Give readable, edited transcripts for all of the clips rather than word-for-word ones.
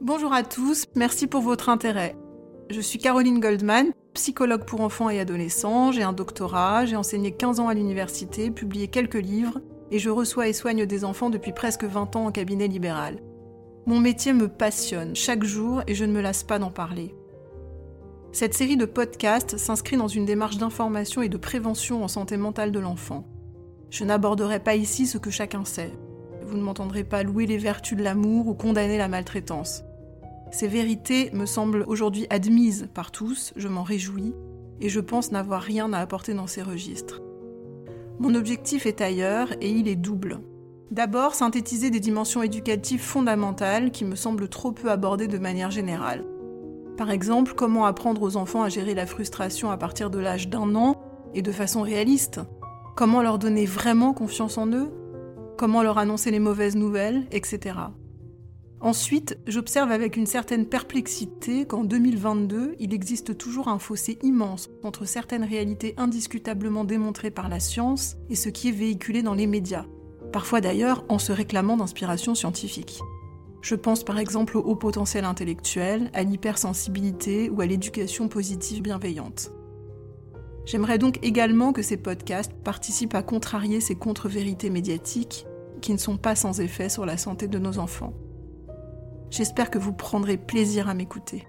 Bonjour à tous, merci pour votre intérêt. Je suis Caroline Goldman, psychologue pour enfants et adolescents, j'ai un doctorat, j'ai enseigné 15 ans à l'université, publié quelques livres, et je reçois et soigne des enfants depuis presque 20 ans en cabinet libéral. Mon métier me passionne chaque jour et je ne me lasse pas d'en parler. Cette série de podcasts s'inscrit dans une démarche d'information et de prévention en santé mentale de l'enfant. Je n'aborderai pas ici ce que chacun sait. Vous ne m'entendrez pas louer les vertus de l'amour ou condamner la maltraitance. Ces vérités me semblent aujourd'hui admises par tous, je m'en réjouis, et je pense n'avoir rien à apporter dans ces registres. Mon objectif est ailleurs et il est double. D'abord, synthétiser des dimensions éducatives fondamentales qui me semblent trop peu abordées de manière générale. Par exemple, comment apprendre aux enfants à gérer la frustration à partir de l'âge d'1 an et de façon réaliste ? Comment leur donner vraiment confiance en eux ? Comment leur annoncer les mauvaises nouvelles, etc. Ensuite, j'observe avec une certaine perplexité qu'en 2022, il existe toujours un fossé immense entre certaines réalités indiscutablement démontrées par la science et ce qui est véhiculé dans les médias, parfois d'ailleurs en se réclamant d'inspiration scientifique. Je pense par exemple au haut potentiel intellectuel, à l'hypersensibilité ou à l'éducation positive bienveillante. J'aimerais donc également que ces podcasts participent à contrarier ces contre-vérités médiatiques qui ne sont pas sans effet sur la santé de nos enfants. J'espère que vous prendrez plaisir à m'écouter.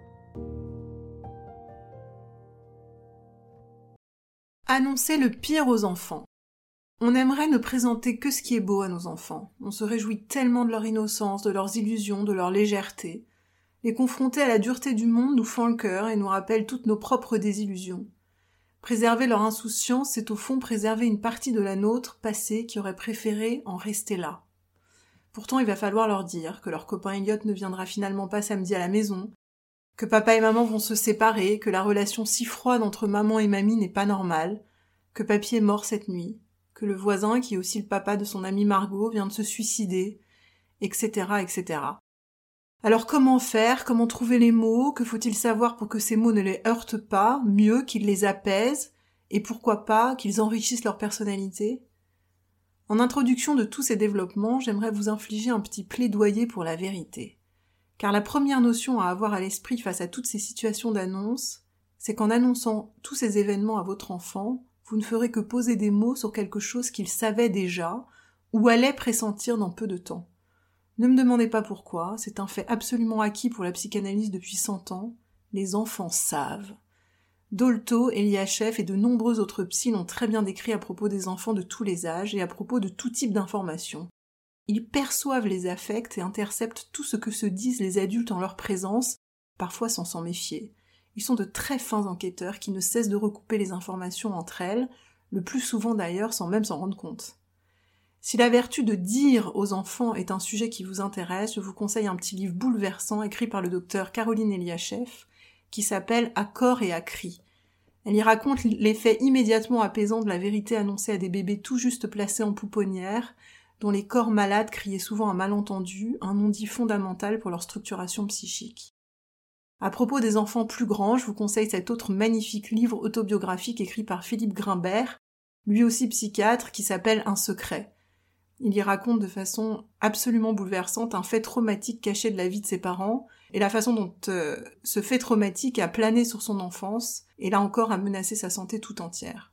Annoncer le pire aux enfants. On aimerait ne présenter que ce qui est beau à nos enfants. On se réjouit tellement de leur innocence, de leurs illusions, de leur légèreté. Les confronter à la dureté du monde nous fend le cœur et nous rappelle toutes nos propres désillusions. Préserver leur insouciance, c'est au fond préserver une partie de la nôtre passée qui aurait préféré en rester là. Pourtant, il va falloir leur dire que leur copain Elliot ne viendra finalement pas samedi à la maison, que papa et maman vont se séparer, que la relation si froide entre maman et mamie n'est pas normale, que papy est mort cette nuit, que le voisin, qui est aussi le papa de son amie Margot, vient de se suicider, etc., etc. Alors comment faire, comment trouver les mots, que faut-il savoir pour que ces mots ne les heurtent pas, mieux qu'ils les apaisent, et pourquoi pas qu'ils enrichissent leur personnalité ? En introduction de tous ces développements, j'aimerais vous infliger un petit plaidoyer pour la vérité. Car la première notion à avoir à l'esprit face à toutes ces situations d'annonce, c'est qu'en annonçant tous ces événements à votre enfant, vous ne ferez que poser des mots sur quelque chose qu'il savait déjà ou allait pressentir dans peu de temps. Ne me demandez pas pourquoi, c'est un fait absolument acquis pour la psychanalyse depuis 100 ans, les enfants savent. Dolto, Eliachev et de nombreux autres psys l'ont très bien décrit à propos des enfants de tous les âges et à propos de tout type d'informations. Ils perçoivent les affects et interceptent tout ce que se disent les adultes en leur présence, parfois sans s'en méfier. Ils sont de très fins enquêteurs qui ne cessent de recouper les informations entre elles, le plus souvent d'ailleurs sans même s'en rendre compte. Si la vertu de dire aux enfants est un sujet qui vous intéresse, je vous conseille un petit livre bouleversant écrit par le docteur Caroline Eliachev, qui s'appelle « À corps et à cri ». Elle y raconte l'effet immédiatement apaisant de la vérité annoncée à des bébés tout juste placés en pouponnière, dont les corps malades criaient souvent un malentendu, un non-dit fondamental pour leur structuration psychique. À propos des enfants plus grands, je vous conseille cet autre magnifique livre autobiographique écrit par Philippe Grimbert, lui aussi psychiatre, qui s'appelle « Un secret ». Il y raconte de façon absolument bouleversante un fait traumatique caché de la vie de ses parents et la façon dont ce fait traumatique a plané sur son enfance et là encore a menacé sa santé tout entière.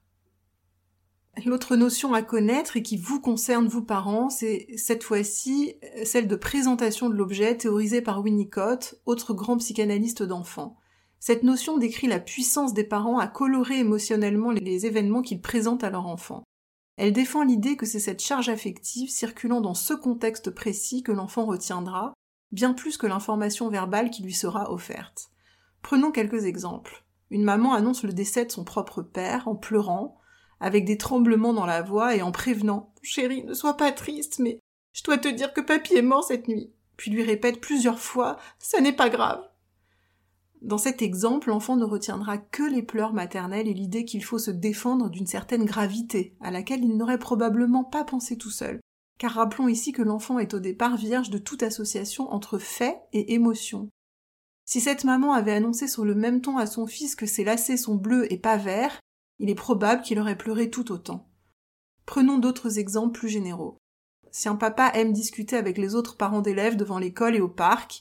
L'autre notion à connaître et qui vous concerne vous parents, c'est cette fois-ci celle de présentation de l'objet théorisée par Winnicott, autre grand psychanalyste d'enfants. Cette notion décrit la puissance des parents à colorer émotionnellement les événements qu'ils présentent à leur enfant. Elle défend l'idée que c'est cette charge affective circulant dans ce contexte précis que l'enfant retiendra, bien plus que l'information verbale qui lui sera offerte. Prenons quelques exemples. Une maman annonce le décès de son propre père en pleurant, avec des tremblements dans la voix et en prévenant « Chérie, ne sois pas triste, mais je dois te dire que papy est mort cette nuit », puis lui répète plusieurs fois « Ça n'est pas grave ». Dans cet exemple, l'enfant ne retiendra que les pleurs maternels et l'idée qu'il faut se défendre d'une certaine gravité, à laquelle il n'aurait probablement pas pensé tout seul. Car rappelons ici que l'enfant est au départ vierge de toute association entre fait et émotion. Si cette maman avait annoncé sur le même ton à son fils que ses lacets sont bleus et pas verts, il est probable qu'il aurait pleuré tout autant. Prenons d'autres exemples plus généraux. Si un papa aime discuter avec les autres parents d'élèves devant l'école et au parc,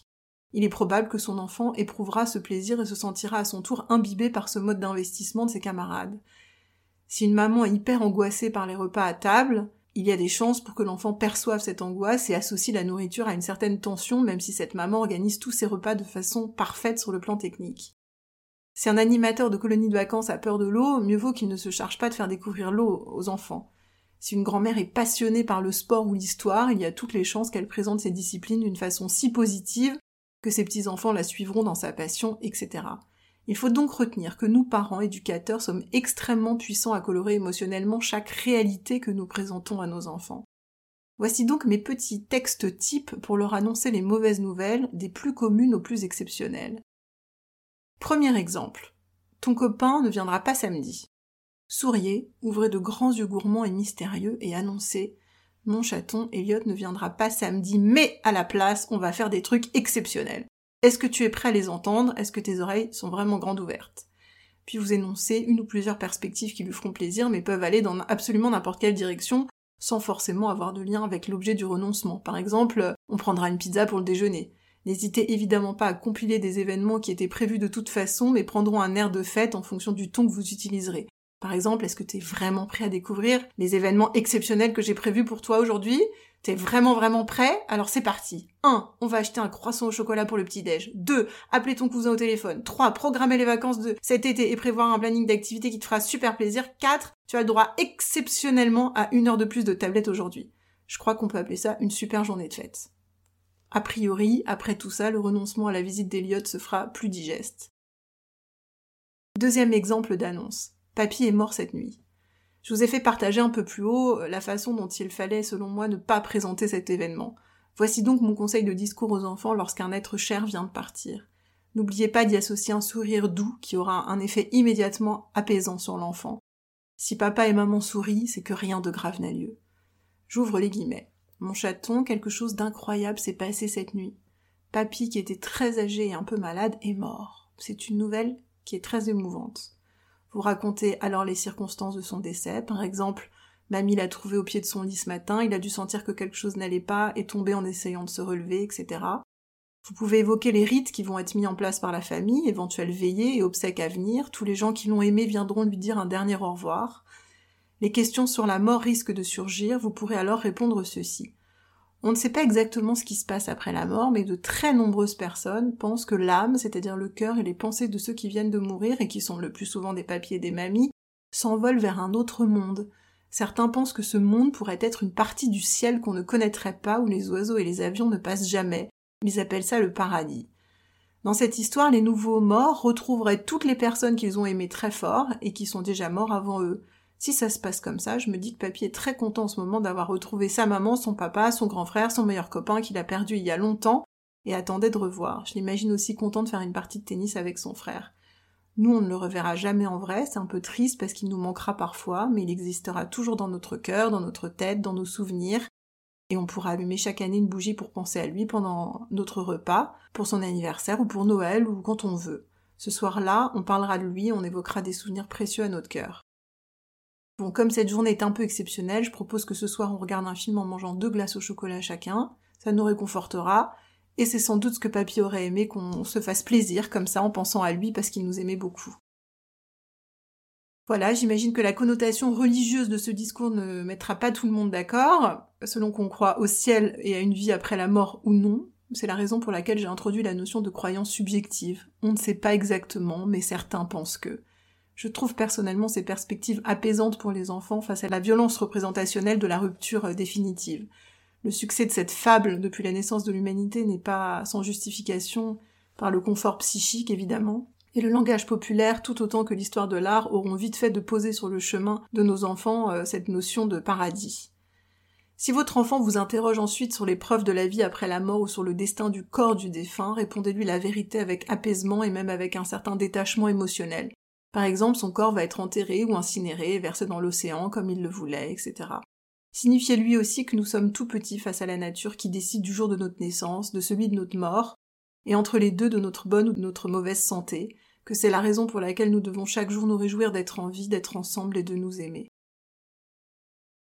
Il est probable que son enfant éprouvera ce plaisir et se sentira à son tour imbibé par ce mode d'investissement de ses camarades. Si une maman est hyper angoissée par les repas à table, il y a des chances pour que l'enfant perçoive cette angoisse et associe la nourriture à une certaine tension, même si cette maman organise tous ses repas de façon parfaite sur le plan technique. Si un animateur de colonie de vacances a peur de l'eau, mieux vaut qu'il ne se charge pas de faire découvrir l'eau aux enfants. Si une grand-mère est passionnée par le sport ou l'histoire, il y a toutes les chances qu'elle présente ces disciplines d'une façon si positive que ses petits-enfants la suivront dans sa passion, etc. Il faut donc retenir que nous, parents, éducateurs, sommes extrêmement puissants à colorer émotionnellement chaque réalité que nous présentons à nos enfants. Voici donc mes petits textes types pour leur annoncer les mauvaises nouvelles, des plus communes aux plus exceptionnelles. Premier exemple. Ton copain ne viendra pas samedi. Souriez, ouvrez de grands yeux gourmands et mystérieux et annoncez « Mon chaton, Elliot ne viendra pas samedi, mais à la place, on va faire des trucs exceptionnels. Est-ce que tu es prêt à les entendre? Est-ce que tes oreilles sont vraiment grandes ouvertes ?» Puis vous énoncez une ou plusieurs perspectives qui lui feront plaisir, mais peuvent aller dans absolument n'importe quelle direction, sans forcément avoir de lien avec l'objet du renoncement. Par exemple, on prendra une pizza pour le déjeuner. N'hésitez évidemment pas à compiler des événements qui étaient prévus de toute façon, mais prendront un air de fête en fonction du ton que vous utiliserez. Par exemple, est-ce que t'es vraiment prêt à découvrir les événements exceptionnels que j'ai prévus pour toi aujourd'hui? T'es vraiment prêt? Alors c'est parti. 1. On va acheter un croissant au chocolat pour le petit-déj. 2. Appeler ton cousin au téléphone. 3. Programmer les vacances de cet été et prévoir un planning d'activité qui te fera super plaisir. 4. Tu as le droit exceptionnellement à 1 heure de plus de tablette aujourd'hui. Je crois qu'on peut appeler ça une super journée de fête. A priori, après tout ça, le renoncement à la visite d'Elliot se fera plus digeste. Deuxième exemple d'annonce. Papy est mort cette nuit. Je vous ai fait partager un peu plus haut la façon dont il fallait, selon moi, ne pas présenter cet événement. Voici donc mon conseil de discours aux enfants lorsqu'un être cher vient de partir. N'oubliez pas d'y associer un sourire doux qui aura un effet immédiatement apaisant sur l'enfant. Si papa et maman sourient, c'est que rien de grave n'a lieu. J'ouvre les guillemets. Mon chaton, quelque chose d'incroyable s'est passé cette nuit. Papy, qui était très âgé et un peu malade, est mort. C'est une nouvelle qui est très émouvante. Vous racontez alors les circonstances de son décès. Par exemple, mamie l'a trouvé au pied de son lit ce matin, il a dû sentir que quelque chose n'allait pas et tomber en essayant de se relever, etc. Vous pouvez évoquer les rites qui vont être mis en place par la famille, éventuelles veillées et obsèques à venir. Tous les gens qui l'ont aimé viendront lui dire un dernier au revoir. Les questions sur la mort risquent de surgir, vous pourrez alors répondre ceci. On ne sait pas exactement ce qui se passe après la mort, mais de très nombreuses personnes pensent que l'âme, c'est-à-dire le cœur et les pensées de ceux qui viennent de mourir, et qui sont le plus souvent des papis et des mamies, s'envolent vers un autre monde. Certains pensent que ce monde pourrait être une partie du ciel qu'on ne connaîtrait pas, où les oiseaux et les avions ne passent jamais. Ils appellent ça le paradis. Dans cette histoire, les nouveaux morts retrouveraient toutes les personnes qu'ils ont aimées très fort, et qui sont déjà morts avant eux. Si ça se passe comme ça, je me dis que papy est très content en ce moment d'avoir retrouvé sa maman, son papa, son grand frère, son meilleur copain qu'il a perdu il y a longtemps et attendait de revoir. Je l'imagine aussi content de faire une partie de tennis avec son frère. Nous, on ne le reverra jamais en vrai, c'est un peu triste parce qu'il nous manquera parfois, mais il existera toujours dans notre cœur, dans notre tête, dans nos souvenirs, et on pourra allumer chaque année une bougie pour penser à lui pendant notre repas, pour son anniversaire ou pour Noël ou quand on veut. Ce soir-là, on parlera de lui, on évoquera des souvenirs précieux à notre cœur. Bon, comme cette journée est un peu exceptionnelle, je propose que ce soir on regarde un film en mangeant 2 glaces au chocolat chacun, ça nous réconfortera, et c'est sans doute ce que papy aurait aimé qu'on se fasse plaisir comme ça en pensant à lui parce qu'il nous aimait beaucoup. Voilà, j'imagine que la connotation religieuse de ce discours ne mettra pas tout le monde d'accord, selon qu'on croit au ciel et à une vie après la mort ou non. C'est la raison pour laquelle j'ai introduit la notion de croyance subjective. On ne sait pas exactement, mais certains pensent que. Je trouve personnellement ces perspectives apaisantes pour les enfants face à la violence représentationnelle de la rupture définitive. Le succès de cette fable depuis la naissance de l'humanité n'est pas sans justification par le confort psychique évidemment, et le langage populaire tout autant que l'histoire de l'art auront vite fait de poser sur le chemin de nos enfants cette notion de paradis. Si votre enfant vous interroge ensuite sur les preuves de la vie après la mort ou sur le destin du corps du défunt, répondez-lui la vérité avec apaisement et même avec un certain détachement émotionnel. Par exemple, son corps va être enterré ou incinéré, versé dans l'océan comme il le voulait, etc. Signifiez-lui aussi que nous sommes tout petits face à la nature qui décide du jour de notre naissance, de celui de notre mort, et entre les deux de notre bonne ou de notre mauvaise santé, que c'est la raison pour laquelle nous devons chaque jour nous réjouir d'être en vie, d'être ensemble et de nous aimer.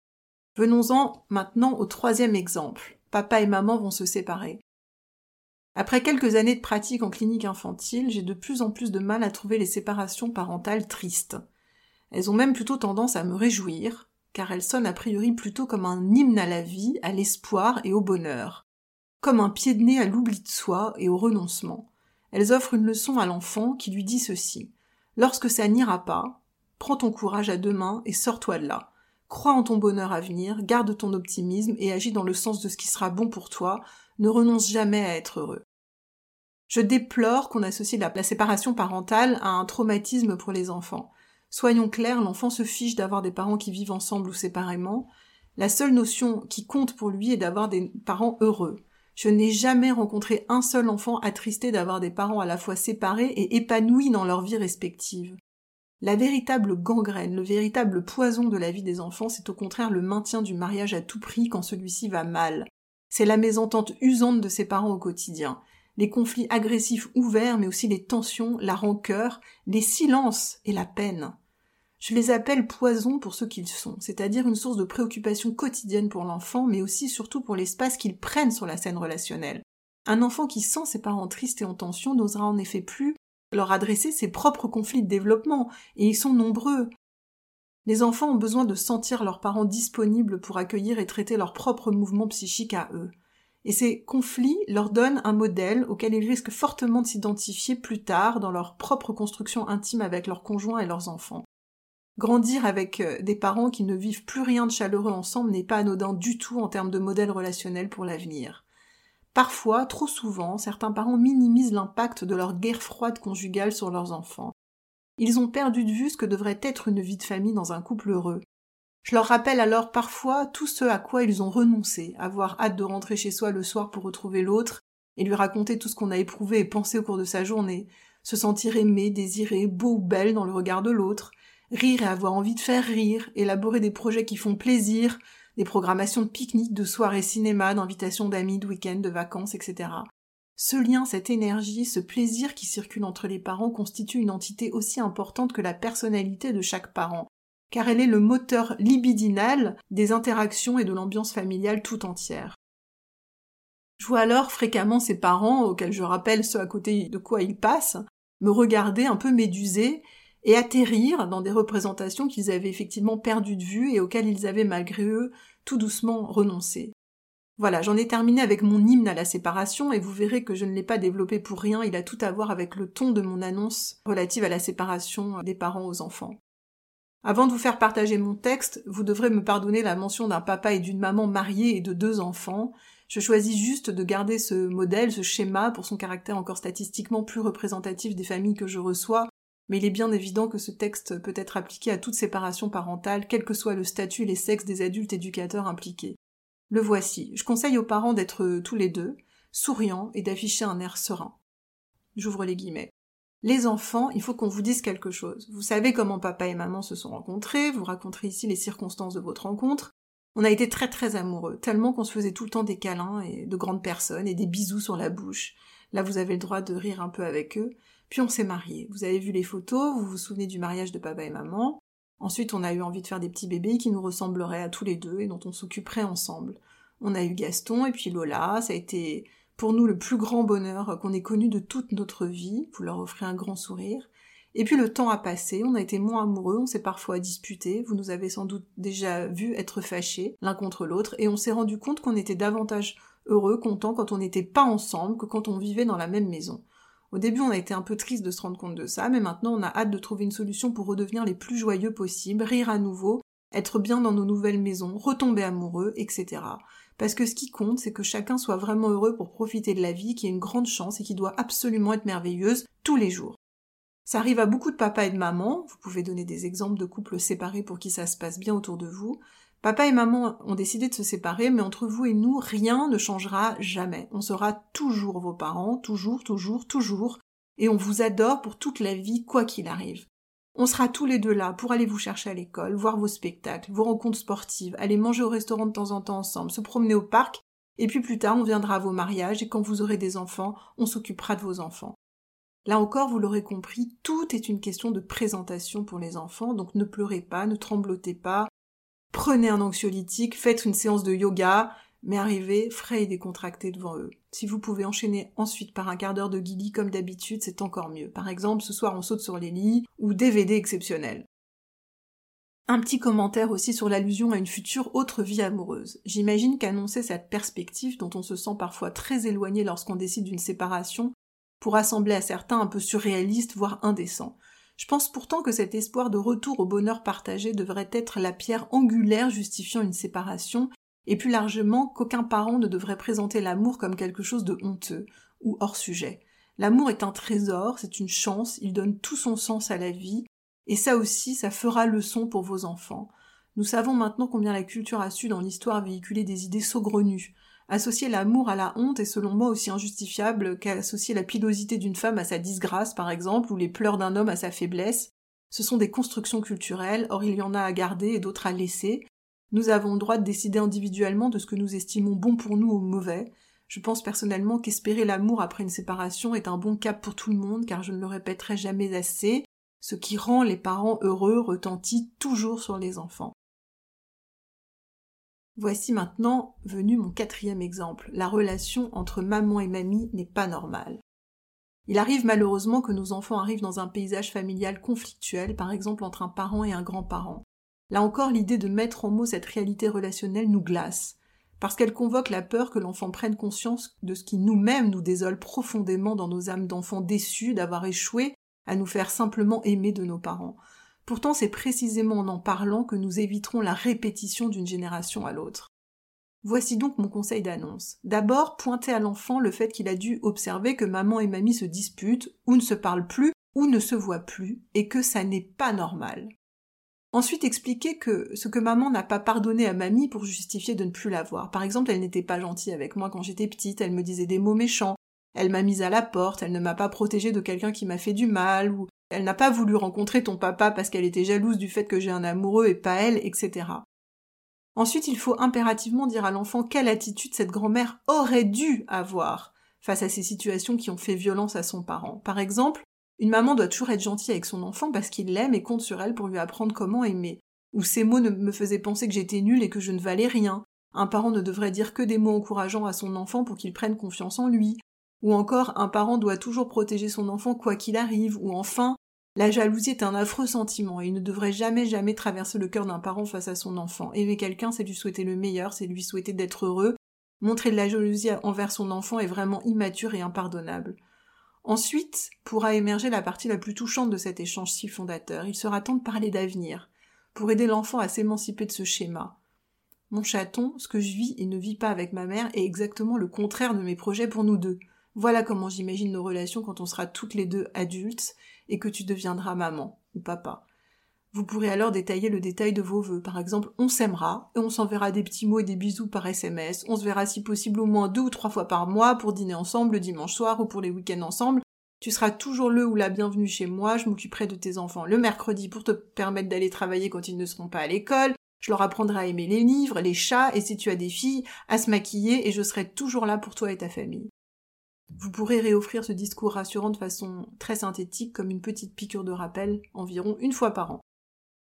Venons-en maintenant au 3e exemple. Papa et maman vont se séparer. Après quelques années de pratique en clinique infantile, j'ai de plus en plus de mal à trouver les séparations parentales tristes. Elles ont même plutôt tendance à me réjouir, car elles sonnent a priori plutôt comme un hymne à la vie, à l'espoir et au bonheur, comme un pied de nez à l'oubli de soi et au renoncement. Elles offrent une leçon à l'enfant qui lui dit ceci. Lorsque ça n'ira pas, prends ton courage à deux mains et sors-toi de là. Crois en ton bonheur à venir, garde ton optimisme et agis dans le sens de ce qui sera bon pour toi, ne renonce jamais à être heureux. Je déplore qu'on associe la séparation parentale à un traumatisme pour les enfants. Soyons clairs, l'enfant se fiche d'avoir des parents qui vivent ensemble ou séparément. La seule notion qui compte pour lui est d'avoir des parents heureux. Je n'ai jamais rencontré un seul enfant attristé d'avoir des parents à la fois séparés et épanouis dans leur vie respective. La véritable gangrène, le véritable poison de la vie des enfants, c'est au contraire le maintien du mariage à tout prix quand celui-ci va mal. C'est la mésentente usante de ses parents au quotidien. Les conflits agressifs ouverts, mais aussi les tensions, la rancœur, les silences et la peine. Je les appelle poisons pour ce qu'ils sont, c'est-à-dire une source de préoccupation quotidienne pour l'enfant, mais aussi surtout pour l'espace qu'ils prennent sur la scène relationnelle. Un enfant qui sent ses parents tristes et en tension n'osera en effet plus leur adresser ses propres conflits de développement, et ils sont nombreux. Les enfants ont besoin de sentir leurs parents disponibles pour accueillir et traiter leurs propres mouvements psychiques à eux. Et ces conflits leur donnent un modèle auquel ils risquent fortement de s'identifier plus tard dans leur propre construction intime avec leurs conjoints et leurs enfants. Grandir avec des parents qui ne vivent plus rien de chaleureux ensemble n'est pas anodin du tout en termes de modèle relationnel pour l'avenir. Parfois, trop souvent, certains parents minimisent l'impact de leur guerre froide conjugale sur leurs enfants. Ils ont perdu de vue ce que devrait être une vie de famille dans un couple heureux. Je leur rappelle alors parfois tout ce à quoi ils ont renoncé, avoir hâte de rentrer chez soi le soir pour retrouver l'autre et lui raconter tout ce qu'on a éprouvé et pensé au cours de sa journée, se sentir aimé, désiré, beau ou belle dans le regard de l'autre, rire et avoir envie de faire rire, élaborer des projets qui font plaisir, des programmations de pique-nique, de soirées cinéma, d'invitations d'amis, de week-ends, de vacances, etc. Ce lien, cette énergie, ce plaisir qui circule entre les parents constitue une entité aussi importante que la personnalité de chaque parent, car elle est le moteur libidinal des interactions et de l'ambiance familiale tout entière. Je vois alors fréquemment ces parents, auxquels je rappelle ce à côté de quoi ils passent, me regarder un peu médusés et atterrir dans des représentations qu'ils avaient effectivement perdues de vue et auxquelles ils avaient malgré eux tout doucement renoncé. Voilà, j'en ai terminé avec mon hymne à la séparation et vous verrez que je ne l'ai pas développé pour rien, il a tout à voir avec le ton de mon annonce relative à la séparation des parents aux enfants. Avant de vous faire partager mon texte, vous devrez me pardonner la mention d'un papa et d'une maman mariés et de 2 enfants. Je choisis juste de garder ce modèle, ce schéma, pour son caractère encore statistiquement plus représentatif des familles que je reçois, mais il est bien évident que ce texte peut être appliqué à toute séparation parentale, quel que soit le statut et les sexes des adultes éducateurs impliqués. Le voici. Je conseille aux parents d'être tous les deux, souriants et d'afficher un air serein. J'ouvre les guillemets. Les enfants, il faut qu'on vous dise quelque chose. Vous savez comment papa et maman se sont rencontrés, vous raconterez ici les circonstances de votre rencontre. On a été très très amoureux, tellement qu'on se faisait tout le temps des câlins et de grandes personnes et des bisous sur la bouche. Là, vous avez le droit de rire un peu avec eux. Puis on s'est mariés. Vous avez vu les photos, vous vous souvenez du mariage de papa et maman. Ensuite, on a eu envie de faire des petits bébés qui nous ressembleraient à tous les deux et dont on s'occuperait ensemble. On a eu Gaston et puis Lola, ça a été pour nous le plus grand bonheur qu'on ait connu de toute notre vie, vous leur offrez un grand sourire. Et puis le temps a passé, on a été moins amoureux, on s'est parfois disputés, vous nous avez sans doute déjà vu être fâchés l'un contre l'autre, et on s'est rendu compte qu'on était davantage heureux, contents quand on n'était pas ensemble que quand on vivait dans la même maison. Au début, on a été un peu triste de se rendre compte de ça, mais maintenant on a hâte de trouver une solution pour redevenir les plus joyeux possibles, rire à nouveau, être bien dans nos nouvelles maisons, retomber amoureux, etc. Parce que ce qui compte, c'est que chacun soit vraiment heureux pour profiter de la vie, qui est une grande chance et qui doit absolument être merveilleuse tous les jours. Ça arrive à beaucoup de papas et de mamans, vous pouvez donner des exemples de couples séparés pour qui ça se passe bien autour de vous. Papa et maman ont décidé de se séparer, mais entre vous et nous, rien ne changera jamais. On sera toujours vos parents, toujours, toujours, toujours, et on vous adore pour toute la vie, quoi qu'il arrive. On sera tous les deux là pour aller vous chercher à l'école, voir vos spectacles, vos rencontres sportives, aller manger au restaurant de temps en temps ensemble, se promener au parc, et puis plus tard on viendra à vos mariages, et quand vous aurez des enfants, on s'occupera de vos enfants. Là encore, vous l'aurez compris, tout est une question de présentation pour les enfants, donc ne pleurez pas, ne tremblotez pas, prenez un anxiolytique, faites une séance de yoga, mais arrivez frais et décontracté devant eux. Si vous pouvez enchaîner ensuite par un quart d'heure de guili comme d'habitude, c'est encore mieux. Par exemple, ce soir on saute sur les lits, ou DVD exceptionnel. Un petit commentaire aussi sur l'allusion à une future autre vie amoureuse. J'imagine qu'annoncer cette perspective, dont on se sent parfois très éloigné lorsqu'on décide d'une séparation, pourra sembler à certains un peu surréaliste, voire indécent. Je pense pourtant que cet espoir de retour au bonheur partagé devrait être la pierre angulaire justifiant une séparation, et plus largement qu'aucun parent ne devrait présenter l'amour comme quelque chose de honteux ou hors sujet. L'amour est un trésor, c'est une chance, il donne tout son sens à la vie, et ça aussi, ça fera leçon pour vos enfants. Nous savons maintenant combien la culture a su dans l'histoire véhiculer des idées saugrenues. Associer l'amour à la honte est selon moi aussi injustifiable qu'associer la pilosité d'une femme à sa disgrâce, par exemple, ou les pleurs d'un homme à sa faiblesse. Ce sont des constructions culturelles, or il y en a à garder et d'autres à laisser. Nous avons le droit de décider individuellement de ce que nous estimons bon pour nous ou mauvais. Je pense personnellement qu'espérer l'amour après une séparation est un bon cap pour tout le monde, car je ne le répéterai jamais assez. Ce qui rend les parents heureux retentit toujours sur les enfants. Voici maintenant venu mon 4e exemple. La relation entre maman et mamie n'est pas normale. Il arrive malheureusement que nos enfants arrivent dans un paysage familial conflictuel, par exemple entre un parent et un grand-parent. Là encore, l'idée de mettre en mots cette réalité relationnelle nous glace, parce qu'elle convoque la peur que l'enfant prenne conscience de ce qui nous-mêmes nous désole profondément dans nos âmes d'enfants déçus d'avoir échoué à nous faire simplement aimer de nos parents. Pourtant, c'est précisément en parlant que nous éviterons la répétition d'une génération à l'autre. Voici donc mon conseil d'annonce. D'abord, pointez à l'enfant le fait qu'il a dû observer que maman et mamie se disputent, ou ne se parlent plus, ou ne se voient plus, et que ça n'est pas normal. Ensuite, expliquez que ce que maman n'a pas pardonné à mamie pour justifier de ne plus la voir. Par exemple, elle n'était pas gentille avec moi quand j'étais petite, elle me disait des mots méchants, elle m'a mise à la porte, elle ne m'a pas protégée de quelqu'un qui m'a fait du mal, ou elle n'a pas voulu rencontrer ton papa parce qu'elle était jalouse du fait que j'ai un amoureux et pas elle, etc. Ensuite, il faut impérativement dire à l'enfant quelle attitude cette grand-mère aurait dû avoir face à ces situations qui ont fait violence à son parent. Par exemple, une maman doit toujours être gentille avec son enfant parce qu'il l'aime et compte sur elle pour lui apprendre comment aimer. Ou ces mots ne me faisaient penser que j'étais nulle et que je ne valais rien. Un parent ne devrait dire que des mots encourageants à son enfant pour qu'il prenne confiance en lui. Ou encore, un parent doit toujours protéger son enfant quoi qu'il arrive. Ou enfin, la jalousie est un affreux sentiment et il ne devrait jamais traverser le cœur d'un parent face à son enfant. Aimer quelqu'un, c'est lui souhaiter le meilleur, c'est lui souhaiter d'être heureux. Montrer de la jalousie envers son enfant est vraiment immature et impardonnable. Ensuite, pourra émerger la partie la plus touchante de cet échange si fondateur. Il sera temps de parler d'avenir, pour aider l'enfant à s'émanciper de ce schéma. Mon chaton, ce que je vis et ne vis pas avec ma mère est exactement le contraire de mes projets pour nous deux. Voilà comment j'imagine nos relations quand on sera toutes les deux adultes et que tu deviendras maman ou papa. Vous pourrez alors détailler le détail de vos vœux. Par exemple, on s'aimera et on s'enverra des petits mots et des bisous par SMS. On se verra si possible au moins 2 ou 3 fois par mois pour dîner ensemble le dimanche soir ou pour les week-ends ensemble. Tu seras toujours le ou la bienvenue chez moi. Je m'occuperai de tes enfants le mercredi pour te permettre d'aller travailler quand ils ne seront pas à l'école. Je leur apprendrai à aimer les livres, les chats et si tu as des filles, à se maquiller et je serai toujours là pour toi et ta famille. Vous pourrez réoffrir ce discours rassurant de façon très synthétique comme une petite piqûre de rappel environ 1 fois par an.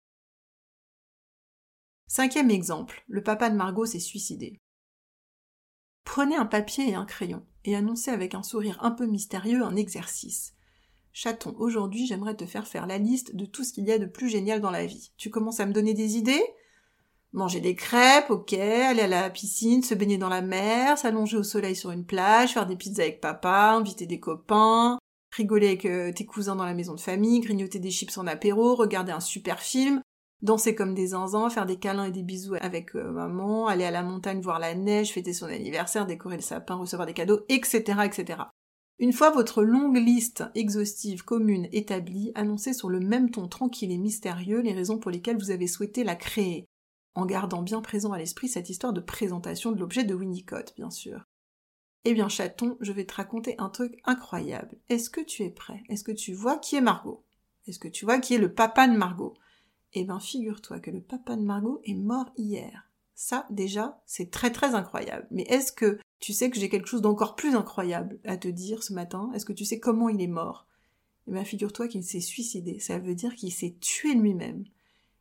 5e exemple, le papa de Margot s'est suicidé. Prenez un papier et un crayon et annoncez avec un sourire un peu mystérieux un exercice. Chaton, aujourd'hui j'aimerais te faire la liste de tout ce qu'il y a de plus génial dans la vie. Tu commences à me donner des idées ? Manger des crêpes, ok, aller à la piscine, se baigner dans la mer, s'allonger au soleil sur une plage, faire des pizzas avec papa, inviter des copains, rigoler avec tes cousins dans la maison de famille, grignoter des chips en apéro, regarder un super film, danser comme des zinzins, faire des câlins et des bisous avec maman, aller à la montagne voir la neige, fêter son anniversaire, décorer le sapin, recevoir des cadeaux, etc., etc. Une fois votre longue liste exhaustive commune établie, annoncez sur le même ton tranquille et mystérieux les raisons pour lesquelles vous avez souhaité la créer, en gardant bien présent à l'esprit cette histoire de présentation de l'objet de Winnicott, bien sûr. Eh bien, chaton, je vais te raconter un truc incroyable. Est-ce que tu es prêt ? Est-ce que tu vois qui est Margot ? Est-ce que tu vois qui est le papa de Margot ? Eh bien, figure-toi que le papa de Margot est mort hier. Ça, déjà, c'est très très incroyable. Mais est-ce que tu sais que j'ai quelque chose d'encore plus incroyable à te dire ce matin ? Est-ce que tu sais comment il est mort ? Eh bien, figure-toi qu'il s'est suicidé. Ça veut dire qu'il s'est tué lui-même.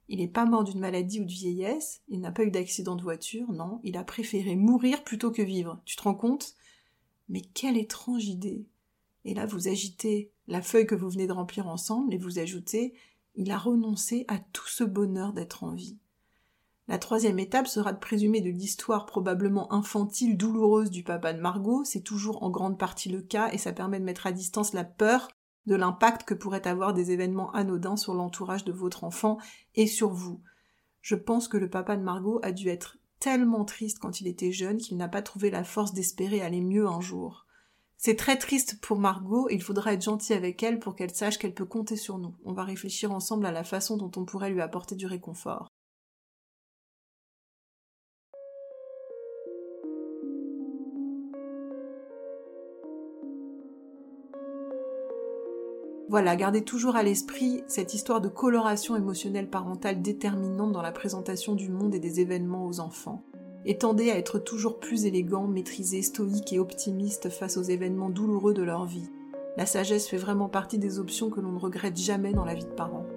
Il n'est pas mort d'une maladie ou de vieillesse, il n'a pas eu d'accident de voiture, non, il a préféré mourir plutôt que vivre. Tu te rends compte ? Mais quelle étrange idée ! Et là, vous agitez la feuille que vous venez de remplir ensemble et vous ajoutez « Il a renoncé à tout ce bonheur d'être en vie ». La troisième étape sera de présumer de l'histoire probablement infantile, douloureuse du papa de Margot. C'est toujours en grande partie le cas et ça permet de mettre à distance la peur de l'impact que pourraient avoir des événements anodins sur l'entourage de votre enfant et sur vous. Je pense que le papa de Margot a dû être tellement triste quand il était jeune qu'il n'a pas trouvé la force d'espérer aller mieux un jour. C'est très triste pour Margot et il faudra être gentil avec elle pour qu'elle sache qu'elle peut compter sur nous. On va réfléchir ensemble à la façon dont on pourrait lui apporter du réconfort. Voilà, gardez toujours à l'esprit cette histoire de coloration émotionnelle parentale déterminante dans la présentation du monde et des événements aux enfants. Et tendez à être toujours plus élégant, maîtrisé, stoïque et optimiste face aux événements douloureux de leur vie. La sagesse fait vraiment partie des options que l'on ne regrette jamais dans la vie de parent.